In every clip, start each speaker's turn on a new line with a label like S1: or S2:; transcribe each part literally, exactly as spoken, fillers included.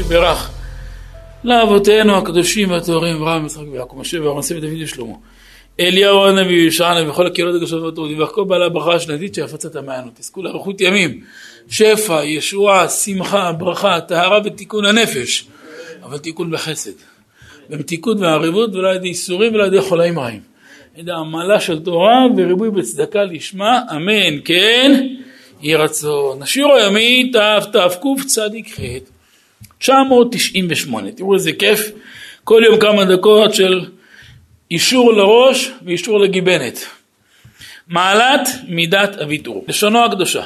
S1: שברך לאבותינו הקדושים והטהורים אברהם, יצחק ויעקב, משה ואהרון, דוד ושלמה, אליהו הנביא, ישעיה וכל הקהילות הקדושות והטובים, וכל בעלי הברכה השנתית שהפצת המעיינות. תזכו לאריכות ימים, שפע, ישועה, שמחה, ברכה, טהרה ותיקון הנפש, אבל תיקון בחסד, במתיקות והעריבות, ולא ידי איסורים ולא ידי חולאים רעים. ידי המעלה של תורה וריבוי בצדקה לשמה, אמן, כן, יהי רצון. השיר היומי תתקוף צדיק ח' תשע מאות תשעים ושמונה. תראו איזה כיף, כל יום כמה דקות של אישור לראש ואישור לגיבנת. מעלת מידת הוויתור, לשונו הקדושה.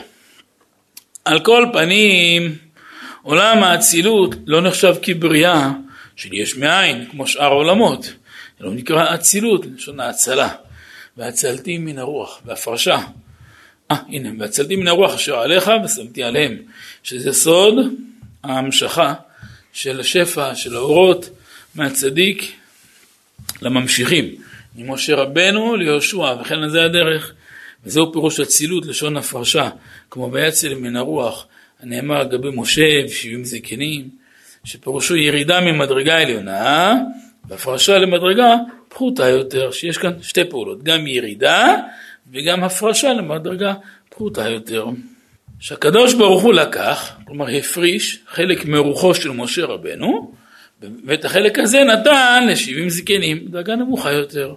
S1: על כל פנים, עולם האצילות לא נחשב כבריאה של יש מאין, כמו שאר העולמות. אלא נקרא אצילות, לשון ההצלה. והצלתי מן הרוח, והפרשה. אה, הנה, והצלתי מן הרוח אשר עליך ושמתי עליהם. שזה סוד ההמשכה של השפע, של האורות, מהצדיק לממשיכים. ממשה רבנו ליהושע, וכן לזה הדרך. וזהו פירוש אצילות, לשון הפרשה, כמו ויצל מן הרוח, הנאמר לגבי משה ושבעים זקנים, שפירושו ירידה ממדרגה עליונה, והפרשה למדרגה פחותה יותר, שיש כאן שתי פעולות, גם ירידה וגם הפרשה למדרגה פחותה יותר. שהקדוש ברוך הוא לקח, כלומר הפריש חלק מרוחו של משה רבנו, ואת החלק הזה נתן ל-שבעים זקנים, דרגה נמוכה יותר.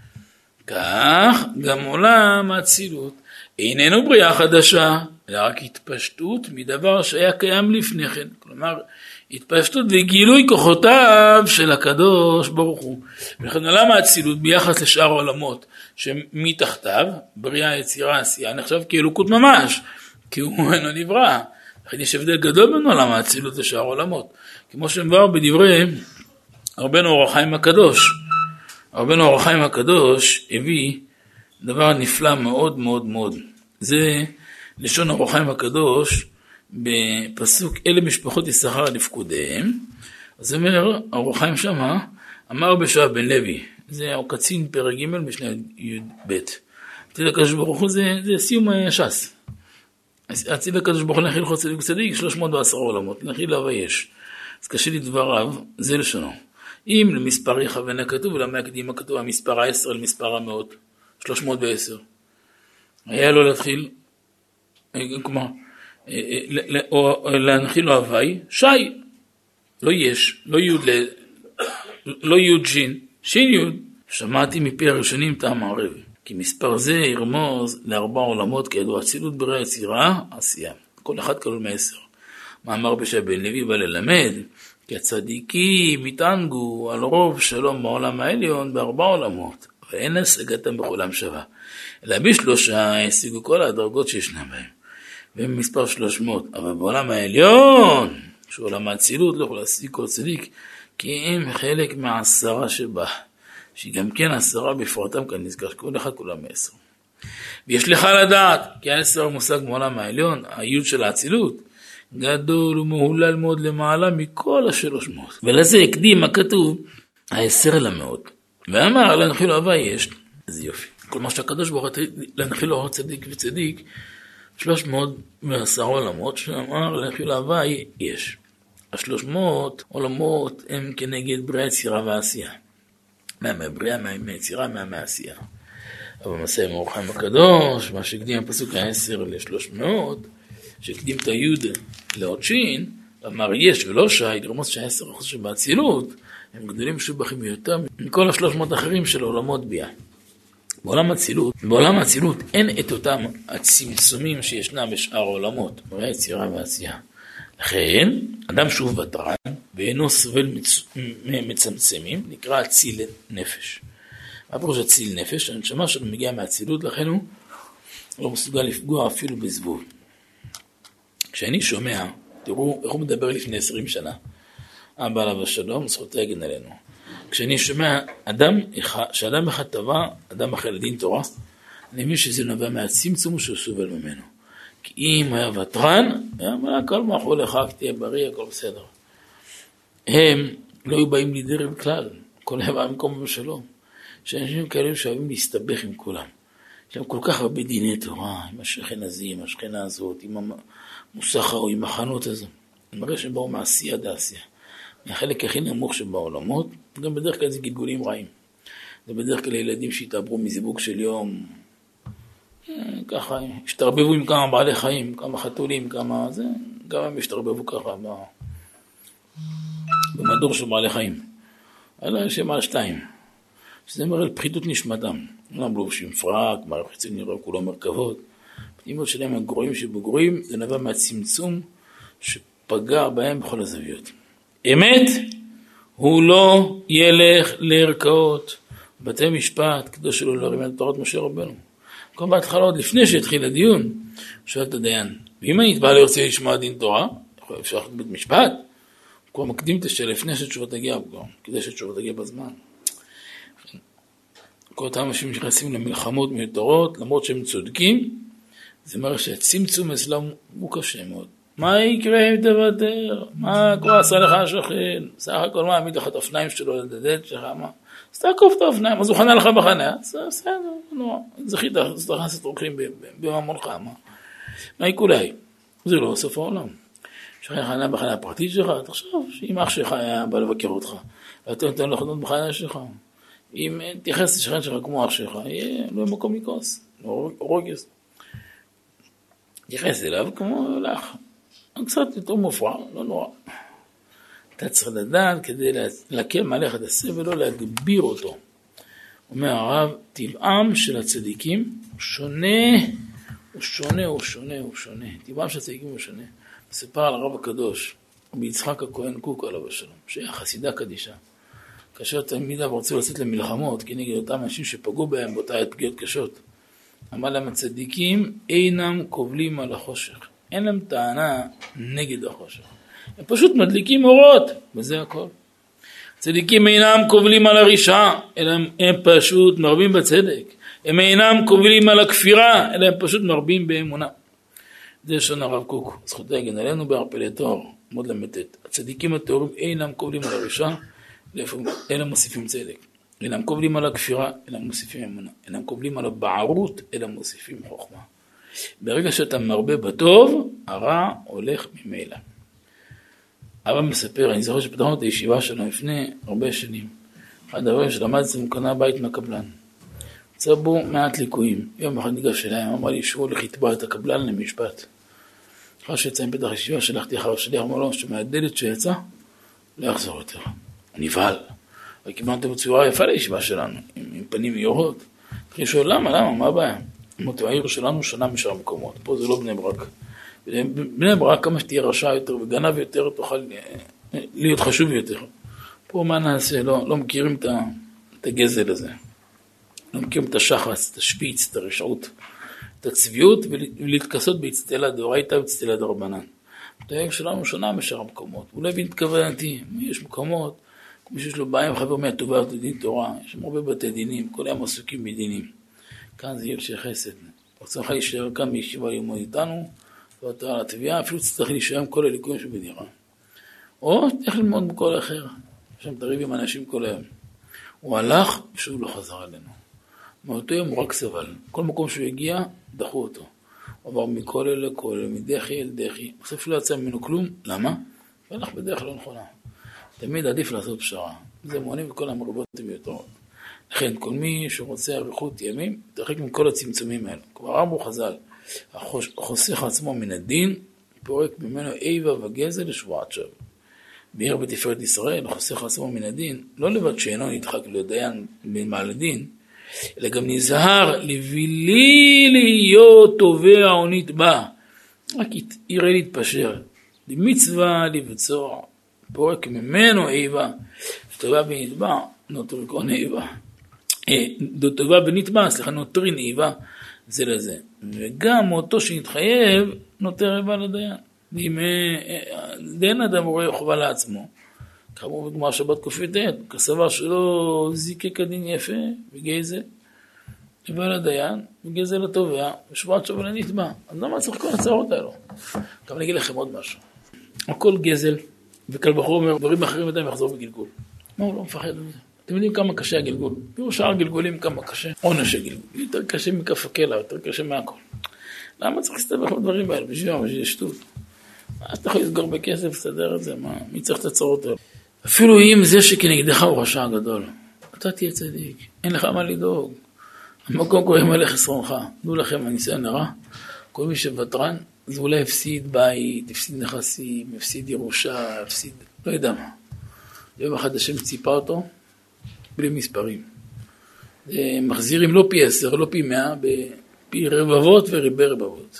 S1: כך גם עולם האצילות איננו בריאה חדשה, אלא רק התפשטות מדבר שהיה קיים לפני כן. כלומר, התפשטות וגילוי כוחותיו של הקדוש ברוך הוא. ולכן עולם האצילות ביחס לשאר העולמות שמתחתיו, בריאה, יצירה, עשייה, נחשב כאלוקות ממש, כי הוא אינו נברא. לכן יש הבדל גדול בין עולם האצילות לשאר העולמות. כמו שמבואר בדברי רבנו אור החיים הקדוש. רבנו אור החיים הקדוש הביא דבר נפלא מאוד מאוד מאוד. זה לשון אור החיים הקדוש בפסוק אלה משפחות יששכר לפקודיהם. אז אומר אור החיים שמה, אמר בשעה בן לוי, זה קצין פרק ג' משנה י' ב'. אציל הקדוש ברוך הוא זה, זה סיום הש"ס. אציל הקדוש ברוך הוא להכיל חוד צדיק וצדיק שלוש מאות ועשרה עולמות, להכיל להווה יש. אז קשה לי דבריו, זה לשונו. אם למספר יכוון כתוב, ולמה יקדים הכתוב המספר העשר למספר המאות, שלוש מאות ועשר. היה לו להתחיל, כלומר, או להנחיל לו הווי, שי, לא יש, לא יוד, לא יוד שין, שין יוד. שמעתי מפי הראשונים טעם הערב, כי מספר זה ירמוז לארבע עולמות, כידוע אצילות בריאה יצירה, עשייה. כל אחד כלול מעשר. מאמר בשעה בן לוי בא ללמד, כי הצדיקים יתענגו על רוב שלום בעולם העליון בארבע עולמות, ואין השגתם בכולם שווה. אלא בשלושה השיגו כל הדרגות שישנה בהם. במספר שלוש מאות, אבל בעולם העליון, שהוא עולם האצילות, לא יכול להשיג כל צדיק, כי הם חלק מהעשרה שבה, שהיא גם כן עשרה בפרטם, כאן נזכר שכל אחד כולם מעשר. ויש לך לדעת, כי העשר מושג מעולם העליון, היוד של האצילות, גדול ומהולל מאוד למעלה מכל השלוש מאות. ולזה הקדים הכתוב, העשר אל המאות. ואמר, להנחיל לו הווי יש, אז יופי. כלומר שהקדוש ברוך הוא להנחיל לו צדיק וצדיק, שלוש מאות ועשרה עולמות, שאמר להנחיל לו הווי יש. השלוש מאות עולמות הם כנגד בריאה יצירה ועשייה. מה מהבריאה, מה מהיצירה, מה מהעשייה. אבל מסע עם אור החיים הקדוש, מה שהקדים הפסוק העשר לשלוש מאות, שהקדים את היוד לעוד שין, אמר יש ולא שי, לרמוז שהעשר אחוז שבאצילות, הם גדולים משובחים יותר מכל השלוש מאות אחרים של עולמות ביאה. בעולם האצילות, בעולם האצילות אין את אותם הצמצומים שישנם בשאר העולמות, בריאה יצירה ועשייה. לכן, אדם שהוא ותרן, ואינו סובל מצ... מצמצמים, נקרא אציל נפש. מה פירוש אציל נפש? הנשמה שלו מגיעה מהאצילות, לכן הוא לא מסוגל לפגוע אפילו בזבוב. כשאני שומע, תראו איך הוא מדבר לפני עשרים שנה, אבא עליו השלום, זכותו יגן עלינו. כשאני שומע אדם אחד, שאדם אחד טבע, אדם אחר לדין תורה, אני מבין שזה נובע מהצמצום שהוא סובל ממנו. כי אם היה ותרן, היה אומר, הכל מאחור לך, תהיה בריא, הכל בסדר. הם לא היו באים לידי בכלל, כל היה במקום בשלום. שאנשים כאלה שאוהבים להסתבך עם כולם. יש להם כל כך הרבה דיני תורה, עם השכן הזה, עם השכנה הזאת, עם המוסך או עם החנות הזו. אני מראה שהם באו מעשייה דעשייה. החלק הכי נמוך שבעולמות, גם בדרך כלל זה גלגולים רעים. זה בדרך כלל ילדים שהתעברו מזיווג של יום, ככה, השתרבבו עם כמה בעלי חיים, כמה חתולים, כמה זה, גם הם השתרבבו ככה במדור של בעלי חיים. עלה שם על שתיים, שזה מראה לפחיתות נשמתם. לא לובשים פרק, מערכת חיצון נראה כולו מרכבות. פנימות שלהם הגרועים שבגרועים, זה נבע מהצמצום שפגע בהם בכל הזוויות. אמת, הוא לא ילך לערכאות, בתי משפט, כדי שלא להרים את תורת משה רבנו. כל בהתחלה עוד לפני שהתחיל הדיון, שואל את הדיין, ואם אני אתבע לרצה לשמוע דין תורה, אפשר ללכת בית משפט, הוא כבר מקדים את השאלה לפני שתשובה תגיע, כדי שתשובה תגיע בזמן. כל אותם אנשים שנכנסים למלחמות מיותרות, למרות שהם צודקים, זה אומר שהצמצום אצלם הוא קשה מאוד. מה יקרה אם תוותר? מה כבר עשה לך השכן? סך הכל מה, עמיד לך את האופניים שלו לדדת שלך, מה? אז תעקוף את האופניים, אז הוא חנה לך בחניה, אז בסדר, לא, זכית, אז תכנס את רוקחים בממונך, מה? מה יקולי? זה לא סוף העולם. שכן חנה בחניה הפרטית שלך, תחשוב שאם אח שלך היה בא לבקר אותך, ואתה נותן לו חנות בחניה שלך, אם תייחס לשכן שלך כמו אח שלך, יהיה לא מקום לכוס, לא רוגס. תייחס אליו כמו לך. קצת יותר מופרע, לא נורא. אתה צריך לדעת כדי להקל עליך את הסבל ולא להגביר אותו. אומר הרב, טבעם של הצדיקים שונה, הוא שונה, הוא שונה, הוא שונה. טבעם של הצדיקים הוא שונה. מספר על הרב הקדוש, ביצחק הכהן קוק עליו השלום, שהיה חסידה קדישה. כאשר תלמידיו רצו לצאת למלחמות, כנגד אותם אנשים שפגעו בהם באותה עת פגיעות קשות. אמר להם הצדיקים אינם קובלים על החושך. אין להם טענה נגד החושך. הם פשוט מדליקים אורות, וזה הכל. צדיקים אינם קובלים על הרשעה, אלא הם פשוט מרבים בצדק. הם אינם קובלים על הכפירה, אלא הם פשוט מרבים באמונה. זה לשון הרב קוק, זכותי יגן עלינו בערפלי תואר, מאוד למתת. הצדיקים הטהורים אינם קובלים על הרשעה, אלא מוסיפים צדק. אינם קובלים על הכפירה, אלא מוסיפים אמונה. אינם קובלים על הבערות, אלא מוסיפים חוכמה. ברגע שאתה מרבה בטוב, הרע הולך ממילא. אבא מספר, אני זוכר שפתחנו את הישיבה שלנו לפני הרבה שנים. אחד הדברים שלמדתי, הוא קנה בית מהקבלן. יצא בו מעט ליקויים. יום אחד ניגש אליי, אמר לי, שהוא הולך לתבוע את הקבלן למשפט. אחרי שיצא עם פתח הישיבה, שלחתי אחר שלי, אמר לו, שמהדלת שיצא, לא יחזור יותר. נבהל. וקיבלתם בצורה יפה לישיבה שלנו, עם, עם פנים יורות. אחרי שואל, למה, למה, מה הבעיה? אמרתי, העיר שלנו שונה משאר המקומות. פה זה לא בני ברק. בני ברק, כמה שתהיה רשע יותר וגנב יותר, תוכל להיות חשוב יותר. פה מה נעשה? לא, לא מכירים את הגזל הזה. לא מכירים את השחץ, את השפיץ, את הרשעות, את הצביעות, ולהתכסות באצטלה דאורייתא ובאצטלה דרבנן. העיר שלנו שונה משאר המקומות. אולי בהתכוונתי, יש מקומות, כמו שיש לו בעיה עם חבר מהטובה את דין תורה, יש הרבה בתי דינים, כל היום עסוקים בדינים. כאן זה עיר של חסד. רוצים להישאר כאן בישיבה לימוד איתנו, ואתה על התביעה, אפילו צריך להישאר עם כל הליקויים שבדירה. או צריך ללמוד בכל אחר, שם תריב עם אנשים כל היום. הוא הלך ושוב לא חזר אלינו. מאותו יום הוא רק סבל. כל מקום שהוא הגיע, דחו אותו. הוא עבר מכל אל לכל אל, מדחי אל דחי. בסוף לא יצא ממנו כלום. למה? הוא הלך בדרך לא נכונה. תמיד עדיף לעשות פשרה. זה מונים וכל המרבות מיותרות. לכן, כל מי שרוצה אריכות ימים, תרחק מכל הצמצומים האלה. כבר אמרו חז"ל, החוסך עצמו מן הדין, פורק ממנו איבה וגזל לשבועת שווא. בעיר בתפארת ישראל, החוסך עצמו מן הדין, לא לבד שאינו נדחק לדיין במעל הדין, אלא גם נזהר לבלי להיות תובע או נתבע. רק יראה להתפשר. למצווה לבצור, פורק ממנו איבה, שתובע בנתבע, נותר כהן איבה. טובה בנתבע, סליחה, נותרין איבה, זה לזה. וגם אותו שנתחייב, נותר איבה לדיין. ואם דיין אדם רואה חובה לעצמו, כאמור בגמרא שבת קופ"ט, כסבר שלו זיקק הדין יפה, וגזל, איבה לדיין, וגזל לתובע, ושבועת שווא לנתבע. אז למה צריך כל הצעות האלו? גם נגיד לכם עוד משהו. הכל גזל, וקל בחור אומר, דברים אחרים עדיין יחזור בגלגול. מה הוא לא מפחד מזה? אתם יודעים כמה קשה הגלגול. תראו שאר גלגולים כמה קשה. עונש הגלגול. יותר קשה מכף הקלע, יותר קשה מהכל. למה צריך להסתבך בדברים האלה? בשביל מה? בשביל שטות. אז אתה יכול לסגור בכסף, לסדר את זה. מה? מי צריך את הצרות האלה? אפילו אם זה שכנגדך הוא רשע גדול, אתה תהיה צדיק, אין לך מה לדאוג. המקום קוראים עליך חסרונך. דעו לכם, הניסיון הרע, כל מי שוותרן, אז אולי הפסיד בית, הפסיד נכסים, הפסיד ירושה, הפסיד, לא יודע מה. יום אחד השם ציפה אותו, בלי מספרים. מחזירים לא פי עשר, לא פי מאה, בפי רבבות וריבי רבבות.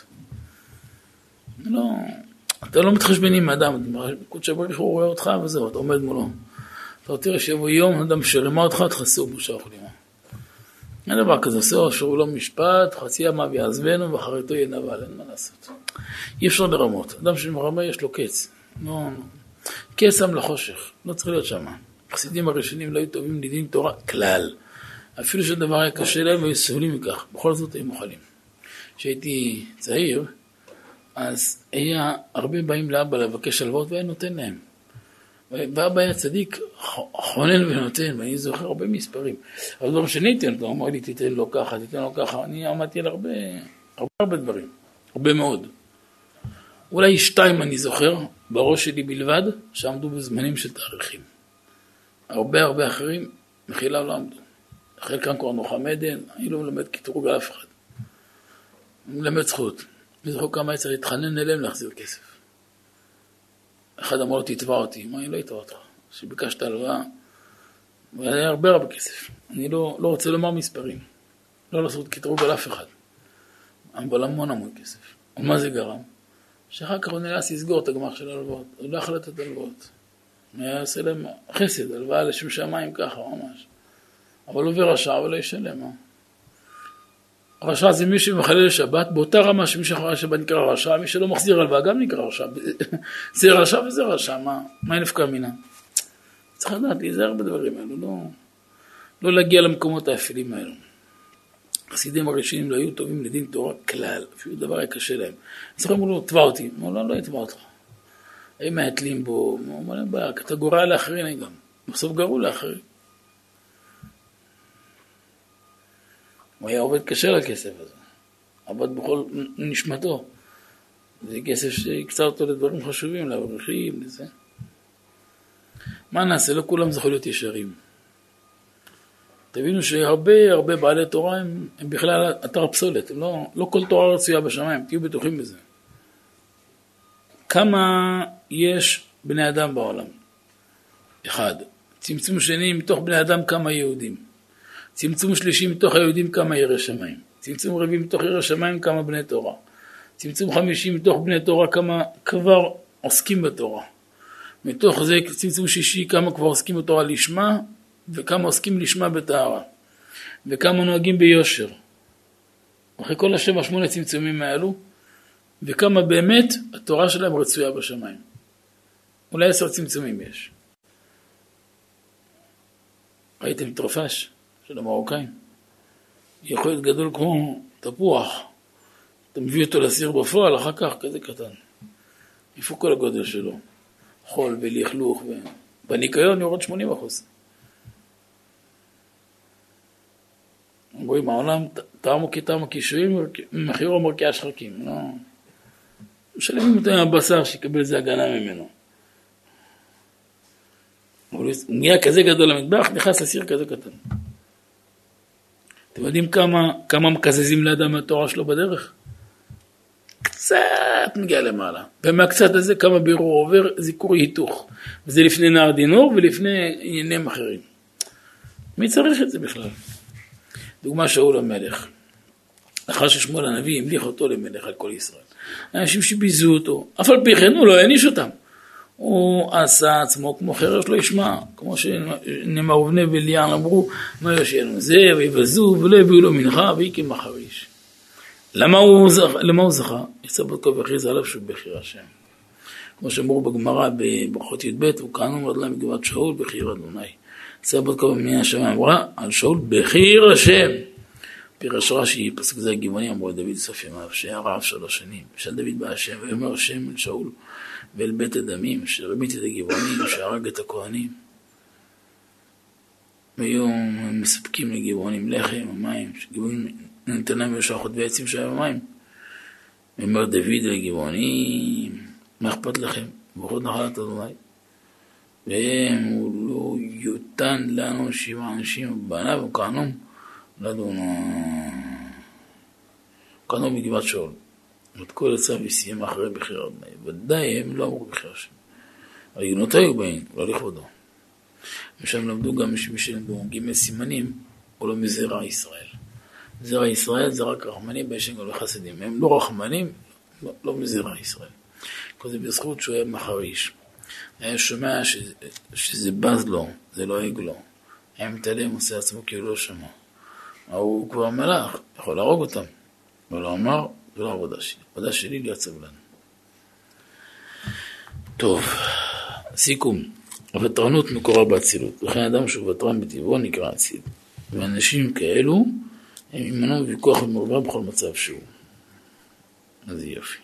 S1: לא, אתה לא מתחשבן עם האדם, קודש הבריך הוא רואה אותך וזהו, אתה עומד מולו. אתה תראה שיבוא יום, אדם שרימה אותך, תחסו בושה וכלימה. אין דבר כזה, עושה שהוא לא משפט, חצי ימה ויעזבנו, ואחריתו ינבל, אין מה לעשות. אי אפשר לרמות. אדם שמרמה יש לו קץ. לא, קץ שם לחושך, לא צריך להיות שם. החסידים הראשונים לא היו טובים לדין תורה כלל. אפילו שהדבר היה קשה להם, והיו סובלים מכך. בכל זאת היו מוכנים. כשהייתי צעיר, אז היה הרבה באים לאבא לבקש הלוואות, והיה נותן להם. ואבא היה צדיק, חונן ונותן, ואני זוכר הרבה מספרים. אבל לא משנה איתן, אתה אומר לי, תיתן לו ככה, תיתן לו ככה. אני עמדתי על הרבה, הרבה, הרבה דברים. הרבה מאוד. אולי שתיים אני זוכר, בראש שלי בלבד, שעמדו בזמנים של תאריכים. הרבה הרבה אחרים, מחילה לא עמדו. חלקם כבר נוחם עדן, אני לא מלמד קטרוג על אף אחד. אני מלמד זכות. אני זוכר כמה היה צריך להתחנן אליהם להחזיר כסף. אחד אמר לו, תתבע אותי. מה, אני לא אתבע אותך. שביקשת הלוואה, והיה הרבה הרבה כסף. אני לא, לא רוצה לומר מספרים. לא לעשות קטרוג על אף אחד. אבל המון המון כסף. ומה זה גרם? שאחר כך הוא נאלץ לסגור את הגמח של הלוואות. הוא לא יכול לתת הלוואות. הוא היה עושה להם חסד, הלוואה לשם שמיים ככה ממש. אבל עובר רשע ולא ישלם. אה? רשע זה מי שמחלל שבת, באותה רמה שמי שחלל שבת נקרא רשע, מי שלא מחזיר הלוואה גם נקרא רשע. זה רשע וזה רשע, מה, מה נפקא מינה? צריך לדעת להיזהר בדברים האלו, לא, לא להגיע למקומות האפלים האלו. החסידים הראשונים לא היו טובים לדין תורה כלל, אפילו דבר היה קשה להם. אז אמרו לו, תבע אותי. אמרו לו, לא יתבע אותך. הם מעטלים בו, אמרו להם, בעיה, אתה גורע לאחרים גם. בסוף גרו לאחרים. הוא היה עובד קשה לכסף הזה. עבד בכל נשמתו. זה כסף שקצר אותו לדברים חשובים, לאברכים, לזה. מה נעשה? לא כולם זכו להיות ישרים. תבינו שהרבה הרבה בעלי תורה הם, הם בכלל אתר פסולת. לא, לא כל תורה רצויה בשמיים, תהיו בטוחים בזה. כמה יש בני אדם בעולם? אחד. צמצום שני, מתוך בני אדם כמה יהודים. צמצום שלישי, מתוך היהודים כמה ירא שמיים. צמצום רביעי, מתוך ירא שמיים כמה בני תורה. צמצום חמישי, מתוך בני תורה כמה כבר עוסקים בתורה. מתוך זה צמצום שישי, כמה כבר עוסקים בתורה לשמה, וכמה עוסקים לשמה בטהרה. וכמה נוהגים ביושר. אחרי כל השבע שמונה צמצומים האלו, וכמה באמת התורה שלהם רצויה בשמיים. אולי עשר צמצומים יש. ראיתם טרפש של המרוקאים? יכול להיות גדול כמו תפוח. אתה מביא אותו לסיר בפועל, אחר כך כזה קטן. איפה כל הגודל שלו? חול ולכלוך, ו... בניקיון יורד שמונים אחוז. רואים, העולם טעמו כטעמו קישואים, מחירו מרקיע שחקים. לא... משלמים אותו עם הבשר שיקבל איזה הגנה ממנו. הוא נהיה כזה גדול למטבח, נכנס לסיר כזה קטן. אתם יודעים כמה, כמה מקזזים לאדם מהתורה שלו בדרך? קצת מגיע למעלה. ומהקצת הזה כמה בירור עובר זיכור היתוך. וזה לפני נער דינור ולפני עניינים אחרים. מי צריך את זה בכלל? דוגמה שאול המלך. לאחר ששמואל הנביא המליך אותו למלך על כל ישראל. אנשים שביזו אותו. אף על פי כן הוא לא העניש אותם. הוא עשה עצמו כמו חרש לא ישמע. כמו שנאמר ובני וליען אמרו, מה יושענו זה ויבזו ולא הביאו לו מנחה ויקם מחריש. למה הוא זכה? למה הוא זכה? יצא בדקו והכריז עליו שהוא בחיר השם. כמו שאמרו בגמרא בברכות י"ב, וכאן אומר להם מגבעת שאול בחיר אדוני. יצא בדקו במניין השם אמרה על שאול בחיר השם. פירש רש"י, פסוק זה הגבעונים, אמרו דוד סוף ימיו, שהיה רעב שלוש שנים. שאל דוד בא השם, ויאמר השם אל שאול ואל בית הדמים, שרמיתי את הגבעונים, שהרג את הכהנים. והיו מספקים לגבעונים לחם, המים, שגבעונים נתן להם לשחוט בעצים שהיה במים. ואומר דוד לגבעונים, מה אכפת לכם? ברכות נחלת אדוני. והם הוא לא יותן לנו שבע אנשים בניו וכהנום לדונו כהנום בגבעת שאול. את כל הצו וסיים אחרי בחיר אדוני. ודאי הם לא אמרו בחיר השם. היונות היו בהן, לא לכבודו. ושם למדו גם מי שלמדו ג' סימנים, או לא מזרע ישראל. זרע ישראל זה רק רחמנים בישן גול וחסדים. הם לא רחמנים, לא, לא מזרע ישראל. כל זה בזכות שהוא היה מחריש. היה שומע שזה, שזה בז לו, זה לא הג לו. היה מתעלם, עושה עצמו כאילו לא שמע. הוא כבר מלאך, יכול להרוג אותם. אבל הוא אמר, זה לא עבודה שלי. עבודה שלי להיות סבלן. טוב, סיכום. הוותרנות מקורה באצילות. לכן אדם שהוא ותרן בטבעו נקרא אציל. ואנשים כאלו הם ימנעו בוויכוח ומרובה בכל מצב שהוא. אז זה יופי.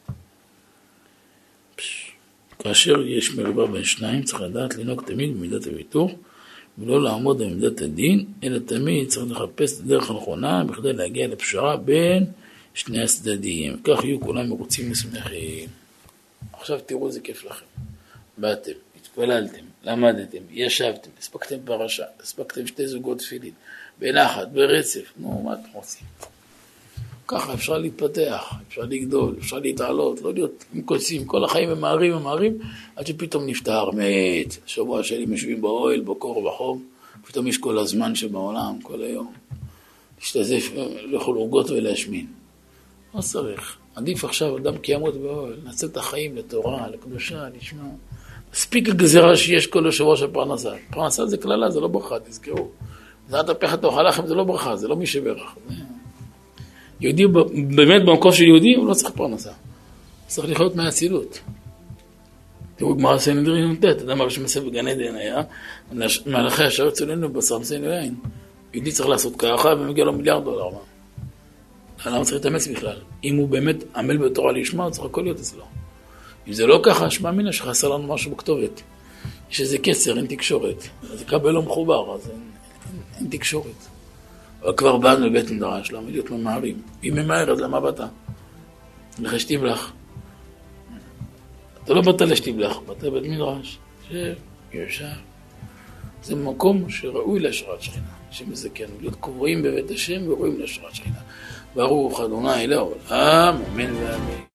S1: כאשר יש מרובה בין שניים, צריך לדעת לנהוג תמיד במידת הוויתור, ולא לעמוד במידת הדין, אלא תמיד צריך לחפש את הדרך הנכונה, בכדי להגיע לפשרה בין שני הצדדים. כך יהיו כולם מרוצים ושמחים. עכשיו תראו איזה כיף לכם. באתם, התפללתם, למדתם, ישבתם, הספקתם פרשה, הספקתם שתי זוגות תפילין, בנחת, ברצף, נו, מה אתם עושים? ככה אפשר להתפתח, אפשר לגדול, אפשר להתעלות, לא להיות עם קוצים, כל החיים ממהרים ומהרים, עד שפתאום נפטר, מת, שבוע שלי משווים באוהל, בקור ובחום, פתאום יש כל הזמן שבעולם, כל היום, להשתזף, לאכול עוגות ולהשמין. לא צריך, עדיף עכשיו אדם כי ימות באוהל, נצל את החיים לתורה, לקדושה, לשמוע. מספיק הגזירה שיש כל השבוע של פרנסה. פרנסה זה כללה, זה לא ברכה, תזכרו. זה אתה פחד תאכל לכם, זה לא ברכה, זה לא מי שברך. יהודי, באמת במקום של יהודי, הוא לא צריך פרנסה. צריך לחיות מהאצילות. תראו, גמרא סנהדרין נ"ט, אדם הראשון מסב בגן עדן היה, מהלכי אשר יצאו לנו בשר מסין ויין. יהודי צריך לעשות ככה, ומגיע לו מיליארד דולר. למה צריך להתאמץ בכלל? אם הוא באמת עמל בתורה לשמה, צריך הכל להיות אצלו. אם זה לא ככה, שמע מינה שחסר לנו משהו בכתובת. יש איזה קצר, אין תקשורת. אז יקבל לא מחובר, אז אין, אין, אין תקשורת. אבל כבר באת מבית מדרש, למה להיות ממהרים? אם ממהר, אז למה באת? לך שתיבלח. אתה לא באת לשתיבלח, באת לבית מדרש. שב, יושב. זה מקום שראוי להשראת שכינה, שמזכנו להיות קבועים בבית השם ורואים להשראת שכינה. ברוך ה' לעולם, אמן ואמן.